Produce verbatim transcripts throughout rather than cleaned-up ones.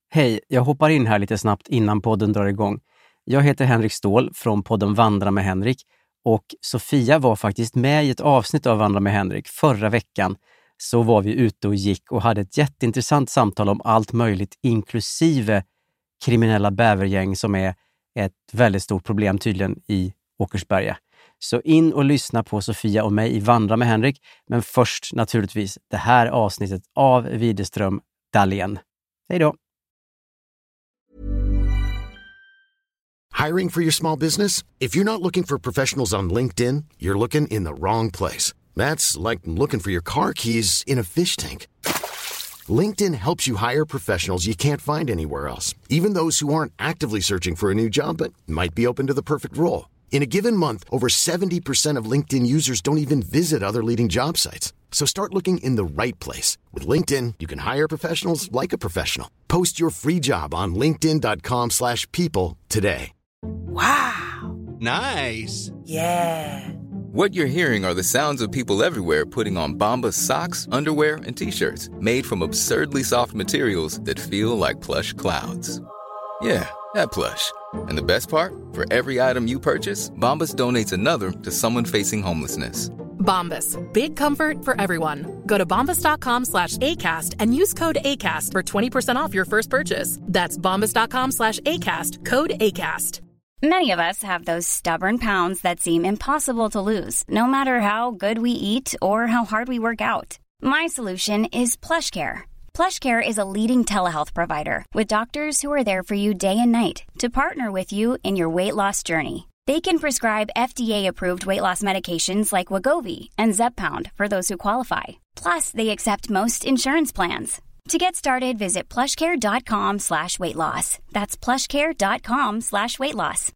Hej, jag hoppar in här lite snabbt innan podden drar igång. Jag heter Henrik Ståhl från podden Vandra med Henrik och Sofia var faktiskt med i ett avsnitt av Vandra med Henrik förra veckan. Så var vi ute och gick och hade ett jätteintressant samtal om allt möjligt inklusive kriminella bävergäng som är ett väldigt stort problem tydligen i Åkersberga. Så in och lyssna på Sofia och mig i Vandra med Henrik, men först naturligtvis det här avsnittet av Widerström Dahlén. Hej då! Hiring for your small business? If you're not looking for professionals on LinkedIn, you're looking in the wrong place. That's like looking for your car keys in a fish tank. LinkedIn helps you hire professionals you can't find anywhere else, even those who aren't actively searching for a new job but might be open to the perfect role. In a given month, over seventy percent of LinkedIn users don't even visit other leading job sites. So start looking in the right place. With LinkedIn, you can hire professionals like a professional. Post your free job on linkedin dot com slash people today. Wow! Nice! Yeah! What you're hearing are the sounds of people everywhere putting on Bombas socks, underwear, and T-shirts made from absurdly soft materials that feel like plush clouds. Yeah, that plush. And the best part? For every item you purchase, Bombas donates another to someone facing homelessness. Bombas, big comfort for everyone. Go to bombas dot com slash ACAST and use code ACAST for twenty percent off your first purchase. That's bombas dot com slash ACAST, code ACAST. Many of us have those stubborn pounds that seem impossible to lose, no matter how good we eat or how hard we work out. My solution is PlushCare. PlushCare is a leading telehealth provider with doctors who are there for you day and night to partner with you in your weight loss journey. They can prescribe F D A-approved weight loss medications like Wegovy and Zepbound for those who qualify. Plus, they accept most insurance plans. To get started, visit plushcare.com slash weight loss. That's plushcare.com slash weight loss.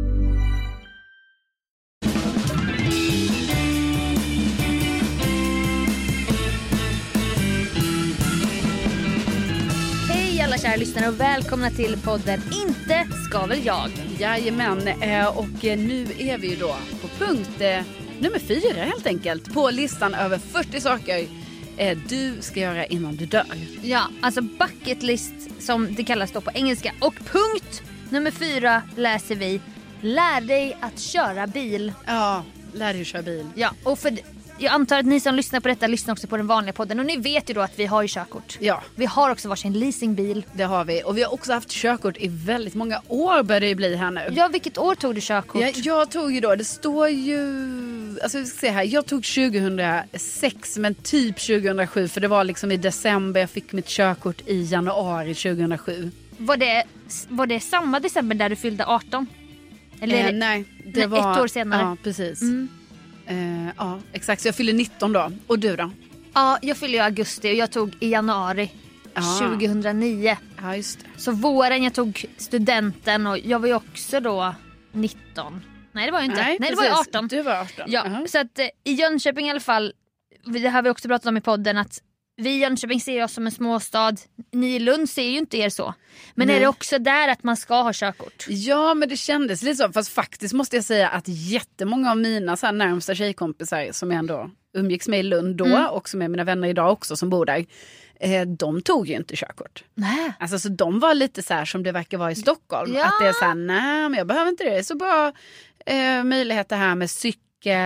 Hej alla kära lyssnare och välkomna till podden Inte ska väl jag. Jajamän, och nu är vi ju då på punkt nummer fyra helt enkelt. På listan över fyrtio saker du ska göra innan du dör. Ja, alltså bucket list som det kallas då på engelska. Och punkt nummer fyra läser vi: lär dig att köra bil. Ja, lär dig att köra bil. Ja, och för jag antar att ni som lyssnar på detta lyssnar också på den vanliga podden. Och ni vet ju då att vi har ju körkort. Ja. Vi har också varsin leasingbil. Det har vi. Och vi har också haft körkort i väldigt många år börjar det bli här nu. Ja, vilket år tog du körkort? Ja, jag tog ju då, det står ju... Alltså vi ska se här, jag tog tjugohundrasex men typ tjugohundrasju. För det var liksom i december, jag fick mitt körkort i januari tjugohundrasju. Var det, var det samma december där du fyllde arton? Eller eh, nej, det nej, var... ett år senare. Ja, precis. Mm. Uh, ja, exakt. Så jag fyllde nitton då. Och du då? Ja, jag fyllde i augusti och jag tog i januari ah. tjugohundranio. Ja, just det. Så våren jag tog studenten och jag var ju också då nitton. Nej, det var ju inte. Nej, Nej det var ju arton. Du var arton. Ja, uh-huh. Så att eh, i Jönköping i alla fall, det har vi också pratat om i podden, att vi i Jönköping ser oss som en småstad. Ni i Lund ser ju inte er så. Men Nej. Är det också där att man ska ha körkort? Ja, men det kändes lite så. Fast faktiskt måste jag säga att jättemånga av mina så här närmsta tjejkompisar som jag ändå umgicks med i Lund då mm. och som är mina vänner idag också som bor där, eh, de tog ju inte körkort. Nej. Alltså så de var lite så här som det verkar vara i Stockholm. Ja. Att det är så här, nej men jag behöver inte det. Det är så bra eh, möjligheter här med cykel,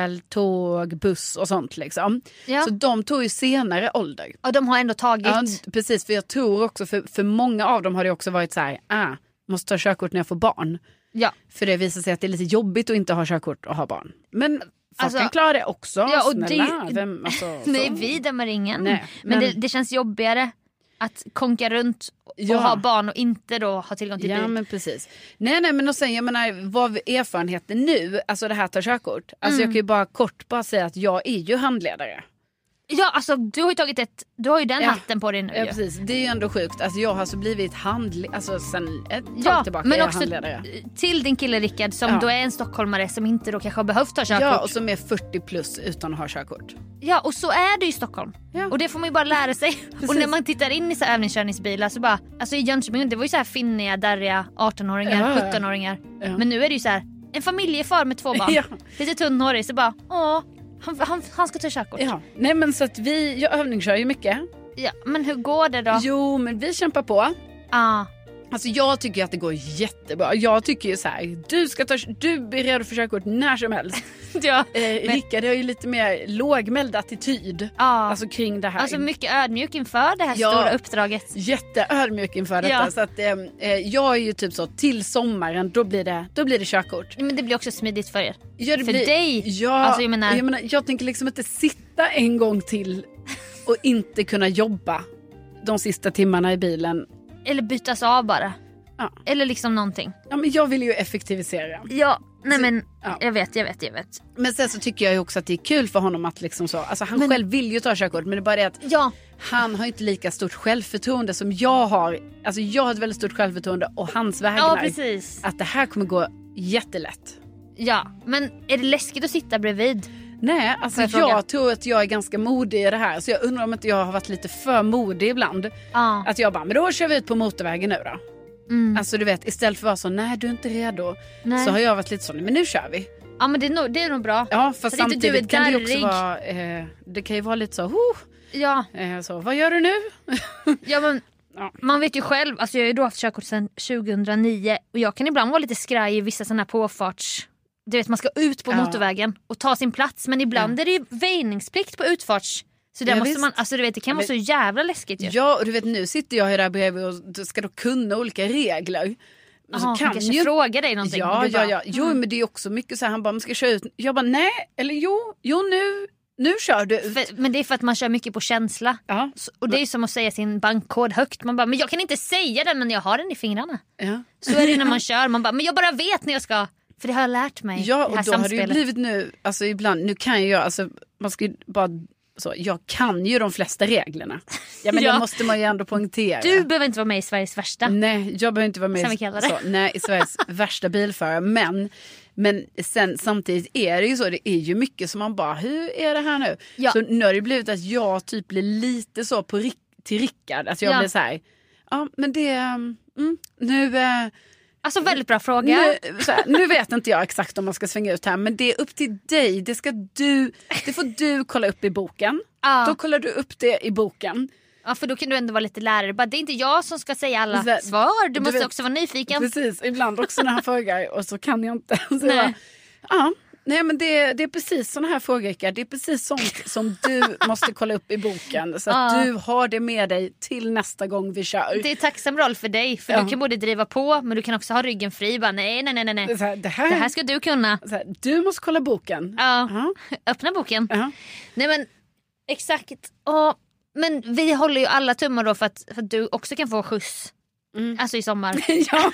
tåg, buss och sånt liksom. Ja. Så de tog ju senare ålder. Och de har ändå tagit. Ja, precis, för jag tror också för, för många av dem har det också varit så här, ah, måste ta körkort när jag får barn. Ja. För det visar sig att det är lite jobbigt att inte ha körkort och ha barn. Men folk alltså, kan klara det också. Ja, och snälla. det, Vem, alltså, nej, vi dömer ingen. Nej, men men det, det känns jobbigare att konka runt och ja. ha barn och inte då ha tillgång till ja, bil. Ja, men precis. Nej, nej, men och sen, jag menar, vad erfarenheten nu, alltså det här tar körkort. Alltså mm. jag kan ju bara kort bara säga att jag är ju handledare. Ja, alltså du har ju tagit ett, du har ju den ja. hatten på dig nu. Ja, precis. Det är ju ändå sjukt. Alltså jag har alltså blivit handledare, alltså sen ett tag ja, tillbaka men är jag också handledare. Till din kille Rickard som ja. då är en stockholmare som inte då kanske har behövt ta körkort. Ja, och som är fyrtio plus utan att ha körkort. Ja, och så är det i Stockholm. Ja. Och det får man ju bara lära sig. Precis. Och när man tittar in i så här övningskörningsbilar så bara, alltså i Jönköping, det var ju så här finniga, darriga arton-åringar, ja. sjutton-åringar. Ja. Men nu är det ju så här, en familjefar med två barn. Ja. Lite tunnhårig, så bara, åh, han, han, han ska ta körkort. Ja. Nej men så att vi, jag övningskör ju mycket. Ja, men hur går det då? Jo, men vi kämpar på. Ah. Alltså jag tycker att det går jättebra. Jag tycker ju så här, du ska ta, du är redo för körkort när som helst. Ja, eh, men... Rickard har ju lite mer lågmäld attityd. Ah. Alltså kring det här. Alltså mycket ödmjuk inför det här ja, stora uppdraget. Jätteödmjuk inför detta. Ja. Så att eh, jag är ju typ så, till sommaren då blir det, då blir det körkort. Men det blir också smidigt för er. Ja, det för blir, dig. Ja, alltså, jag, menar... jag menar, jag tänker liksom inte sitta en gång till och inte kunna jobba de sista timmarna i bilen. Eller bytas av bara. Ja. Eller liksom någonting. Ja, men jag vill ju effektivisera. Ja, nej så, men ja. jag vet, jag vet, jag vet. Men sen så tycker jag ju också att det är kul för honom att liksom så, alltså han men... själv vill ju ta körkort, men det är bara det att ja. han har inte lika stort självförtroende som jag har. Alltså jag har ett väldigt stort självförtroende och hans vägnar. Ja, precis. Att det här kommer gå jättelätt. Ja, men är det läskigt att sitta bredvid? Nej, alltså jag, jag tror att jag är ganska modig i det här. Så jag undrar om inte jag har varit lite för modig ibland. Ja. Att jag bara, men då kör vi ut på motorvägen nu då. Mm. Alltså du vet, istället för att vara så, nej du är inte redo. Nej. Så har jag varit lite så, men nu kör vi. Ja, men det är nog, det är nog bra. Ja, fast så samtidigt du är kan det också darrig. vara, eh, det kan ju vara lite så, oh, ja. eh, så, vad gör du nu? Ja, men ja. Man vet ju själv, alltså jag har ju då haft körkort sedan tjugohundraniio och jag kan ibland vara lite skraj i vissa sådana här påfarts... Du vet, man ska ut på ja. motorvägen och ta sin plats, men ibland ja. är det ju väjningsplikt på utfarts. Så där ja, måste visst. man, alltså du vet, det kan vara så jävla läskigt ju. Ja, och du vet, nu sitter jag här där bredvid och ska då kunna olika regler. Och så Aha, kan kanske ju... fråga dig någonting. Ja, bara, ja, ja. Jo, mm. men det är också mycket så här, han bara, man ska köra ut. Jag bara, nej, eller jo, jo nu, nu kör du ut. För, men det är för att man kör mycket på känsla. Ja. Och det är som att säga sin bankkod högt. Man bara, men jag kan inte säga den, men jag har den i fingrarna. Ja. Så är det när man kör. Man bara, men jag bara vet när jag ska. För det har jag lärt mig. Ja, och här då har det ju blivit nu, alltså ibland, nu kan jag, alltså man ska ju bara, så, jag kan ju de flesta reglerna. Ja, men ja. det måste man ju ändå poängtera. Du behöver inte vara med i Sveriges värsta. Nej, jag behöver inte vara med i, så, nej, i Sveriges värsta bilförare. Men, men sen samtidigt är det ju så, det är ju mycket som man bara, hur är det här nu? Ja. Så nu har det blivit att jag typ blir lite så på till Rickard. Alltså jag ja. blir så här, ja men det, mm, nu... Eh, Alltså väldigt bra fråga. Nu, så här, nu vet inte jag exakt om man ska svänga ut här, men det är upp till dig. Det ska du, det får du kolla upp i boken. Ja. Då kollar du upp det i boken. Ja, för då kan du ändå vara lite lärare. Bara, det är inte jag som ska säga alla här, svar. Du, du måste vet, också vara nyfiken. Precis, ibland också när han frågar och så kan jag inte. Så nej. Jag bara, ja, nej men det, det är precis såna här frågor, Rickard. Det är precis sånt som du måste kolla upp i boken. Så att ja. du har det med dig till nästa gång vi kör. Det är tacksam roll för dig. För ja. du kan både driva på, men du kan också ha ryggen fri. Bara, nej, nej, nej, nej. Så här, det, här, det här ska du kunna. Så här, du måste kolla boken. Ja, uh-huh. Öppna boken. Uh-huh. Nej men, exakt. Och, men vi håller ju alla tummar då för att, för att du också kan få skjuts. Mm. Alltså i sommar. Ja.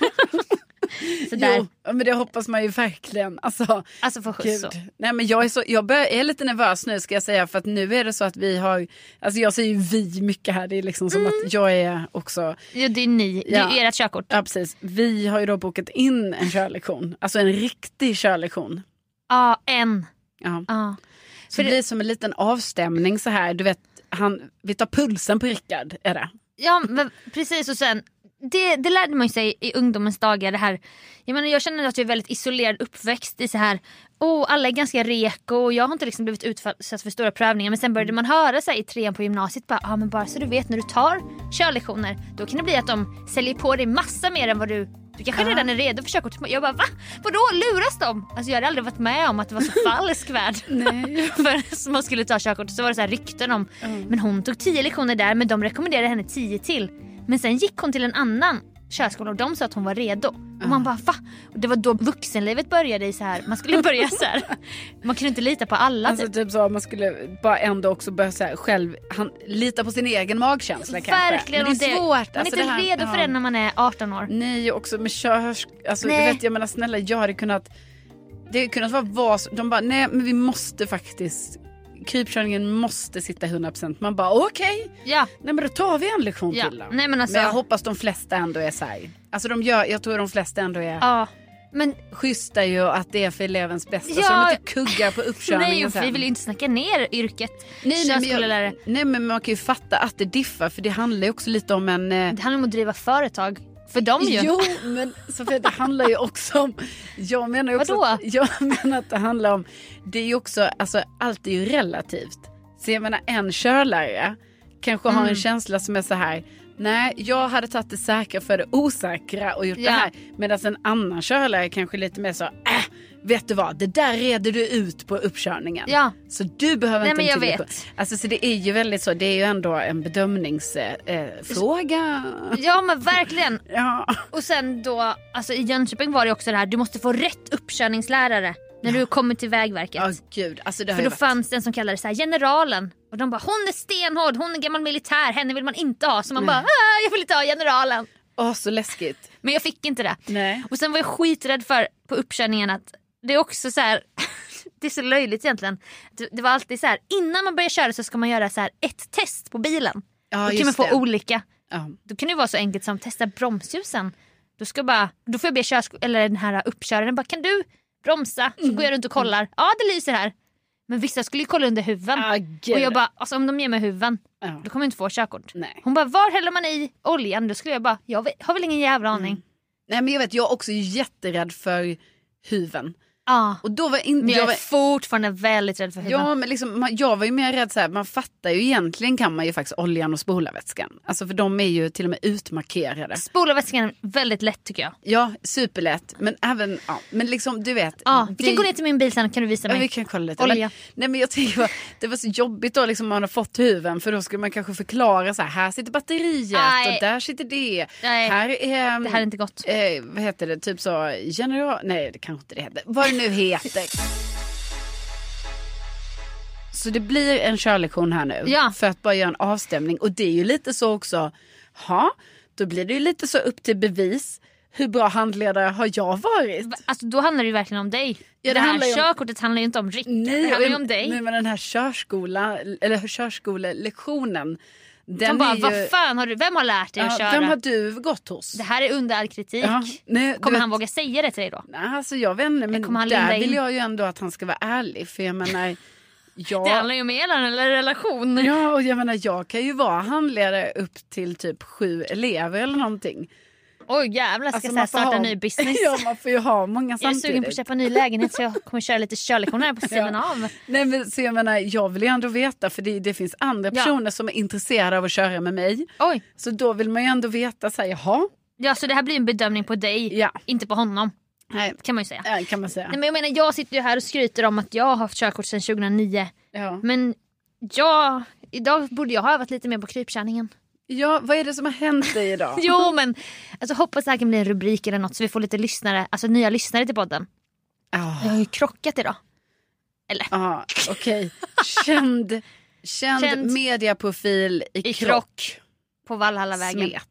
Så där. Jo, men det hoppas man ju verkligen. Alltså, alltså för skjuts så. Nej, men jag är, så, jag bör, är lite nervös nu ska jag säga. För att nu är det så att vi har, alltså jag säger ju vi mycket här. Det är liksom som mm. att jag är också. Ja, det är ni, det är ert körkort. Ja, precis. Vi har ju då bokat in en körlektion. Alltså en riktig körlektion. Ja, en. Ja. ja. Så för det blir som en liten avstämning så här. Du vet, han, vi tar pulsen på Rickard, är det? Ja, men precis. Och sen Det, det lärde man sig i ungdomens dagar. Det här. Jag, menar, jag känner att jag är väldigt isolerad uppväxt i så här. Oh, alla är ganska reko och jag har inte liksom blivit utsatt för stora prövningar. Men sen började man höra sig i trean på gymnasiet. Bara, ah, men bara så du vet när du tar körlektioner. Då kan det bli att de säljer på dig massa mer än vad du... Du kanske redan är redo för körkort. Jag bara, va? Vadå? Luras de? Alltså jag hade aldrig varit med om att det var så falsk värld. Nej. För man skulle ta körkort. Så var det så här rykten om. Mm. Men hon tog tio lektioner där. Men de rekommenderade henne tio till. Men sen gick hon till en annan körskola och de sa att hon var redo. Och man bara, va? Och det var då vuxenlivet började i så här. Man skulle börja så här. Man kunde inte lita på alla. Alltså typ, typ så, man skulle bara ändå också börja så här, själv han, lita på sin egen magkänsla kanske. Verkligen. Men det är svårt. Man är alltså, inte det här, redo för ja. det när man är arton år. Nej, också med körs... Alltså du vet, jag menar snälla, jag hade kunnat... Det hade kunnat vara vad som... De bara, nej men vi måste faktiskt... Krypkörningen måste sitta hundra procent. Man bara, okej. Okay. Ja. Nej men då tar vi en lektion ja. till då. Nej, men, alltså... men jag hoppas de flesta ändå är så här. Alltså de gör, jag tror de flesta ändå är ja. men... schyssta ju att det är för elevens bästa. Ja. Så de inte kuggar på uppkörningen. Nej, vi vill ju inte snacka ner yrket. Nej, nej, men jag, nej men man kan ju fatta att det diffar. För det handlar ju också lite om en... Det handlar om att driva företag. För dem ju. Jo, men Sofia, det handlar ju också om... Jag menar ju också Vadå? att, jag menar att det handlar om... Det är ju också... Alltså, allt är ju relativt. Så jag menar, en körlärare kanske mm. har en känsla som är så här... Nej, jag hade tagit det säkra för det osäkra och gjort Ja. det här. Medan en annan körlärare kanske lite mer så, äh, vet du vad, det där reder du ut på uppkörningen. Ja. Så du behöver Nej, inte men jag en till vet. lektion. Alltså så det är ju väldigt så, det är ju ändå en bedömningsfråga. Eh, Ja men verkligen. ja. Och sen då, alltså i Jönköping var det också det här, du måste få rätt uppkörningslärare när du kommer till Vägverket. Ja, gud. Alltså det har För ju då varit. fanns det en som kallades så här, generalen. Och de bara, hon är stenhård, hon är gammal militär, henne vill man inte ha. Så man bara, ah, jag vill inte ha generalen. Åh, så läskigt. Men jag fick inte det. Nej. Och sen var jag skiträdd för på uppkörningen att det är också så här, det är så löjligt egentligen. Det, det var alltid så här, innan man börjar köra så ska man göra så här ett test på bilen. Ja, Då kan just man få det. olika. Ja. Då kan det vara så enkelt som testa bromsljusen. Då ska bara, då får jag be körsk- eller den här uppköraren bara, kan du bromsa? Så går jag runt och kollar. Ja, det lyser här. Men vissa skulle ju kolla under huven. Ah, gud. Och jag bara, alltså om de ger mig huven, Ja. då kommer jag inte få körkort. Nej. Hon bara, var häller man i oljan? Då skulle jag bara, jag vet, har väl ingen jävla aning. Nej, men jag vet, jag är också jätterädd för huven. Ja. Och då var in, Men jag jag är var, fortfarande väldigt rädd för huven. ja, men liksom, man, jag var ju mer rädd så här, man fattar ju egentligen kan man ju faktiskt oljan och spolarvätskan. Alltså för de är ju till och med utmarkerade. Spolarvätskan är väldigt lätt tycker jag. Ja, superlätt. Men även, ja, men liksom du vet. Ja, vi det- kan gå ner till min bil sen, kan du visa Ja, mig. vi kan kolla lite. Olja. Men, nej, men jag tycker bara, det var så jobbigt då liksom man har fått huven. För då skulle man kanske förklara så här, här sitter batteriet Nej. och där sitter det. Nej. Här är, Det här är inte gott. eh, vad heter det, typ så general, nej det kanske inte det heter. Vad det nu heter. Så det blir en körlektion här nu. Ja. För att bara göra en avstämning. Och det är ju lite så också, ha, då blir det ju lite så upp till bevis. Hur bra handledare har jag varit? Alltså då handlar det ju verkligen om dig. Ja, det det här handlar ju om- körkortet handlar ju inte om Rickard. Det handlar ju om dig. Nej, men den här körskola, eller körskolelektionen. Den Som bara, är ju, vad fan har du, vem har lärt dig att ja, köra? vem har du gått hos? Det här är under all kritik. Ja, nej, du Kommer vet- han våga säga det till dig då? Nej, alltså jag vet inte, men Kommer han där linda vill in? jag ju ändå att han ska vara ärlig. För jag menar, jag, Det handlar ju om er eller relation. ja, och jag menar, jag kan ju vara handledare upp till typ sju elever eller någonting. Oj jävlar, ska Alltså, jag man får starta ha- en ny business. Ja, man får ju ha många Jag är samtidigt. sugen på att köpa en ny lägenhet så jag kommer köra lite körlektioner här på sidan Ja. av. Nej, men så jag menar, jag vill ju ändå veta, för det, det finns andra Ja. personer som är intresserade av att köra med mig. Oj, Så då vill man ju ändå veta så här, jaha, ja så det här blir en bedömning på dig, Ja. inte på honom. nej, Kan man ju säga. ja, kan man säga. Nej, men jag menar, jag sitter ju här och skryter om att jag har haft körkort sedan tjugohundranio. Ja. Men jag, idag borde jag ha övat lite mer på krypkärningen. ja, vad är det som har hänt dig idag? Jo men, alltså, hoppas det här kan bli en rubrik eller något så vi får lite lyssnare, alltså nya lyssnare till podden. Ja, Jag har ju krockat idag. Eller? ah, okej. Känd, känd, Känd mediaprofil i, I krock. krock. På Valhallavägen. Smet.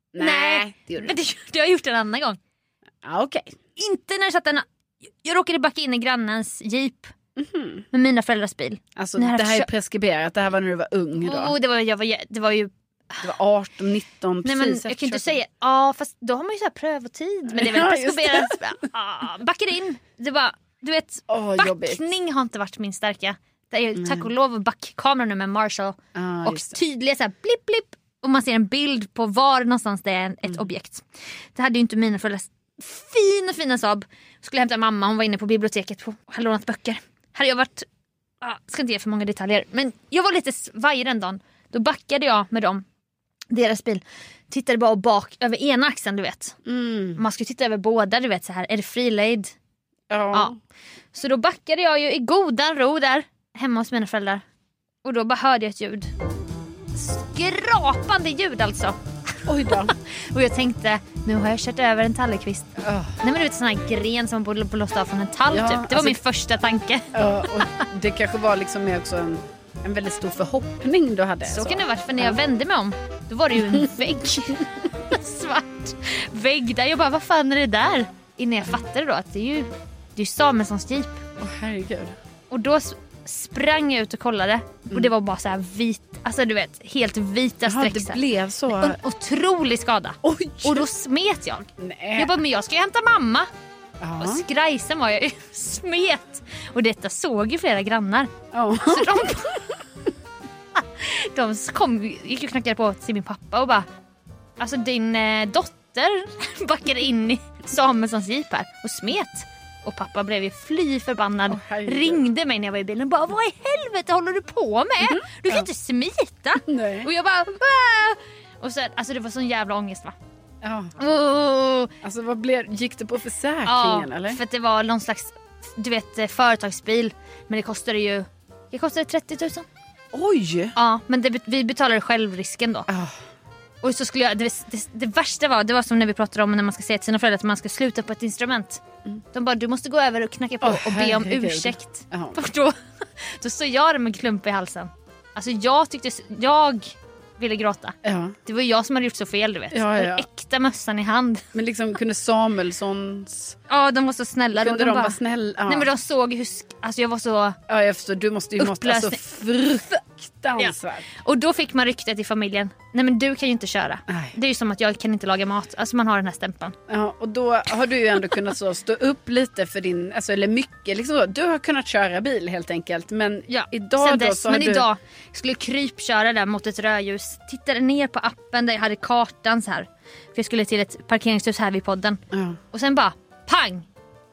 Nej, det gjorde du men inte. det, det har jag gjort en annan gång. Ah, okej. Inte när det satt en... Jag råkade backa in i grannens jeep. Med mina föräldrars bil. Alltså, När jag det här är kö- preskriberat. Det här var när du var ung då. Oh, det, var, jag var, det var ju... Du var arton, nitton, Nej, precis. men, efter jag kan inte körkort. säga... Ja, fast då har man ju så här prövotid. Men det är väl Ja, just preskriberat. Ah, backade in. Det var... Du vet, Åh, jobbigt. backning har inte varit min starka. Det är ju tack och lov backkamera nu med Marshall. Ah, och just det. tydliga så här blipp blipp. Och man ser en bild på var någonstans det är ett Mm. objekt. Det hade ju inte mina föräldrar. Fina fina Saab. Skulle hämta mamma, hon var inne på biblioteket och hade lånat böcker. Hade jag varit, ah, ska inte ge för många detaljer. Men jag var lite svaj den dagen. Då backade jag med dem. Deras bil. Tittade bara bak över ena axeln du vet. Mm. Man skulle titta över båda du vet så här. Är det frilejd? Ja. Ja. Så då backade jag ju i godan ro där. Hemma hos mina föräldrar. Och då bara hörde jag ett ljud. Skrapande ljud alltså. Oj då. Och jag tänkte, nu har jag kört över en tallerkvist. Oh. Nej men du vet sån här gren som man borde blåst av från en tall Ja, typ. Det var alltså- min första tanke. Ja, och det kanske var liksom mer också en, en väldigt stor förhoppning du hade. Så kan det ha varit, för när jag vände mig om, då var det ju en vägg. Svart vägg där. Jag bara, vad fan är det där? Innan jag fattade då att det är ju, det är ju Samuelssons jeep. Åh, herregud. Och då s- sprang jag ut och kollade. Och det var bara så här vit, alltså du vet, helt vita Jaha, streck. det så här. blev så. En otrolig skada. Oj. Och då smet jag. Nej. Jag bara, men jag ska ju hämta mamma. Ja. Och skrajsen var jag ju smet. Och detta såg ju flera grannar. Ja. Så de, de kom, gick och knackade på till min pappa och bara, alltså din eh, dotter backade in i Samuelssons jeep här och smet. Och pappa blev ju fly förbannad. Åh, herregud. Ringde mig när jag var i bilen och bara, vad i helvete håller du på med? Du kan inte smita. Nej. Och jag bara, "Äh." Och så, alltså det var sån jävla ångest va? Ja. Oh. Alltså vad blev, gick det på försäkringen Ja, eller? för att det var någon slags, du vet, företagsbil. Men det kostade ju, det kostade trettio tusen. Oj! Ja, men det, vi betalade självrisken då. Oh. Och så skulle jag, det, det, det värsta var, det var som när vi pratade om när man ska säga till sina föräldrar att man ska sluta på ett instrument. Mm. De bara, du måste gå över och knacka på oh, och be om herregud. ursäkt. Oh. Och då, då står jag där med klump i halsen. Alltså jag tyckte, jag ville gråta. Ja. Det var jag som hade gjort så fel, du vet. Ja, ja. Äkta mössan i hand. Men liksom kunde Samuelssons... Ja, de var så snälla. Kunde de, de, de bara, vara snälla? Ja. Nej men de såg hur, alltså jag var så... Ja jag förstår, du måste ju måste, alltså fruktansvärt. Ja. Och då fick man ryktet i familjen. Nej men du kan ju inte köra. Nej. Det är ju som att jag kan inte laga mat. Alltså man har den här stämpeln. Ja, och då har du ju ändå kunnat så stå upp lite för din, alltså eller mycket liksom så. Du har kunnat köra bil helt enkelt. Men ja. idag Sen då dess, så har men du... idag skulle jag krypköra där mot ett rödljus. Tittade ner på appen där jag hade kartan så här. För jag skulle till ett parkeringshus här vid podden. Ja. Och sen bara pang.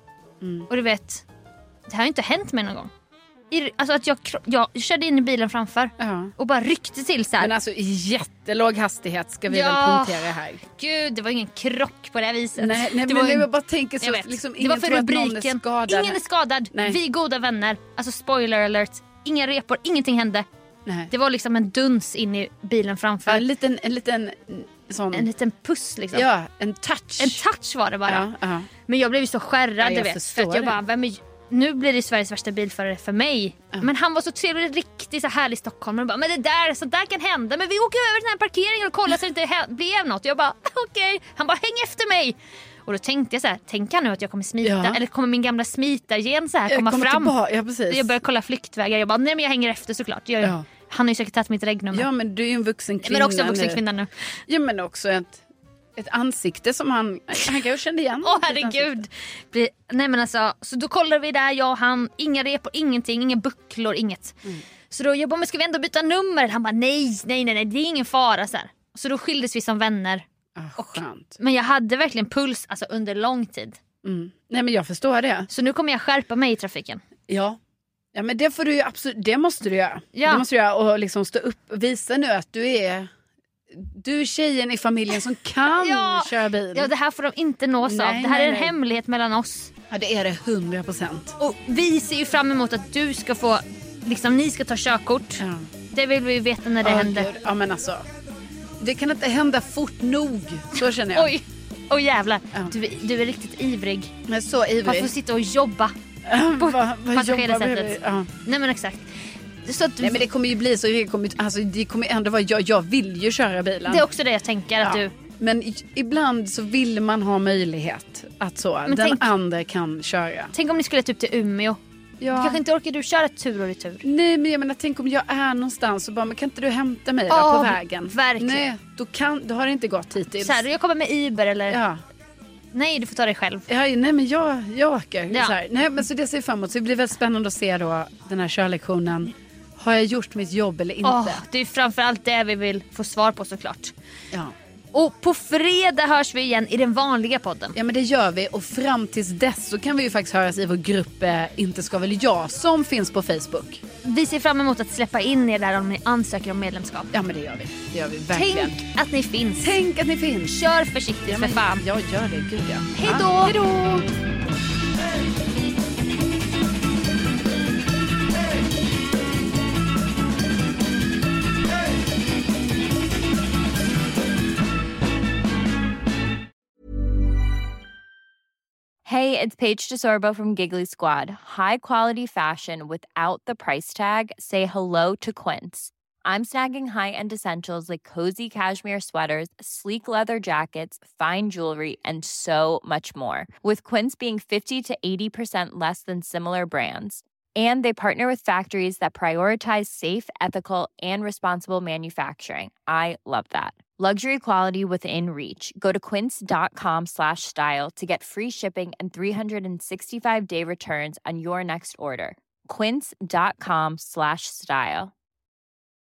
Mm. Och du vet, det här har ju inte hänt mig någon gång. I, alltså att jag, jag körde in i bilen framför Ja. och bara ryckte till så här. Men alltså i jättelåg hastighet ska vi Ja. väl punktera här. Gud, det var ingen krock på det här viset. Nej, nej det men var jag en... bara tänker så Jag vet. liksom, Det ingen var för tror att någon rubriken. är skadad. Ingen är skadad. Nej. Vi är goda vänner. Alltså spoiler alert. Inga repor, ingenting hände. Nej. Det var liksom en duns in i bilen framför. Ja, en liten, en liten sån... En liten puss liksom. Ja, en touch. En touch var det bara. Ja, ja. Men jag blev ju så skärrad, Ja, jag du vet. För förstår att jag det. bara, vem är... Nu blir det Sveriges värsta bilförare för mig. Ja. Men han var så trevlig, riktigt så härlig i Stockholm. Och bara, men det där, så där kan hända. Men vi åker över den här parkeringen och kollar så det inte hä- blev något. Jag bara, okej. Okay. Han bara, häng efter mig. Och då tänkte jag så här, tänker han nu att jag kommer smita? Ja. Eller kommer min gamla smitargen så här Jag komma kommer fram? tillbaka, ja, precis. Jag börjar kolla flyktvägar. Jag bara, nej men jag hänger efter såklart. Jag, Ja. Han har ju säkert tagit mitt regnummer. Ja, men du är ju en vuxen kvinna. men också en vuxen nu. kvinna nu. Ja, men också ett, ett ansikte som han, han kanske kände igen. Åh Ett herregud. ansikte. Bli, nej men alltså, så då kollar vi där, jag och han. Inga repor, ingenting, inga bucklor, inget. Mm. Så då jag bara, men ska vi ändå byta nummer? Han bara, nej, nej, nej, nej det är ingen fara. Så, här. Så då skildes vi som vänner. Ah, skönt. Men jag hade verkligen puls alltså, under lång tid. Mm. Nej, men jag förstår det. Så nu kommer jag skärpa mig i trafiken. Ja. Ja, men det får du ju absolut, det måste du göra. Ja. Det måste du göra och liksom stå upp och visa nu att du är du är tjejen i familjen som kan Ja. köra bil. Ja, det här får de inte nås Nej, av. Det här nej, är en nej. hemlighet mellan oss. Ja, det är det hundra procent. Och vi ser ju fram emot att du ska få, liksom ni ska ta körkort. Ja. Det vill vi ju veta när det Ja, händer. gud. Ja, men alltså. Det kan inte hända fort nog. Så känner jag. Oj, oj jävlar. Ja. Du, du är riktigt ivrig. Men så ivrig. Man får sitta och jobba. vad, vad passagerarsätet. jobbar vi? Ja. Nej men exakt. Så att, Nej, men det kommer ju bli så. Det kommer, alltså, det kommer ändå vara, jag, jag vill ju köra bilen. det är också det jag tänker att Ja. du... Men i, ibland så vill man ha möjlighet att så. Men den tänk- andra kan köra. Tänk om ni skulle typ till Umeå. Ja. Kanske inte orkar du köra tur och retur. Nej, men jag menar, tänk om jag är någonstans och bara, men kan inte du hämta mig då Ja, på vägen? verkligen. Nej, då, kan, då har det inte gått hittills. Så här, jag kommer med Uber eller... Ja. Nej, du får ta dig själv. Ja, nej, men jag, jag åker. Ja. Så här. Nej, men så det ser jag fram emot. Så det blir väldigt spännande att se då den här körlektionen. Har jag gjort mitt jobb eller inte? Åh, det är framförallt det vi vill få svar på såklart. Ja. Och på fredag hörs vi igen i den vanliga podden. Ja, men det gör vi. Och fram tills dess så kan vi ju faktiskt höras i vår grupp eh, Inte ska väl jag, som finns på Facebook. Vi ser fram emot att släppa in er där om ni ansöker om medlemskap. Ja, men det gör vi. Det gör vi verkligen. Tänk att ni finns. Tänk att ni finns. Kör försiktigt Ja, för men, fan. jag gör det, gud ja. Hej då! Ja, hej då! Hey, it's Paige DeSorbo from Giggly Squad. High quality fashion without the price tag. Say hello to Quince. I'm snagging high-end essentials like cozy cashmere sweaters, sleek leather jackets, fine jewelry, and so much more. With Quince being fifty to eighty percent less than similar brands. And they partner with factories that prioritize safe, ethical, and responsible manufacturing. I love that. Luxury quality within reach. Go to quince.com slash style to get free shipping and three sixty-five day returns on your next order. Quince.com slash style.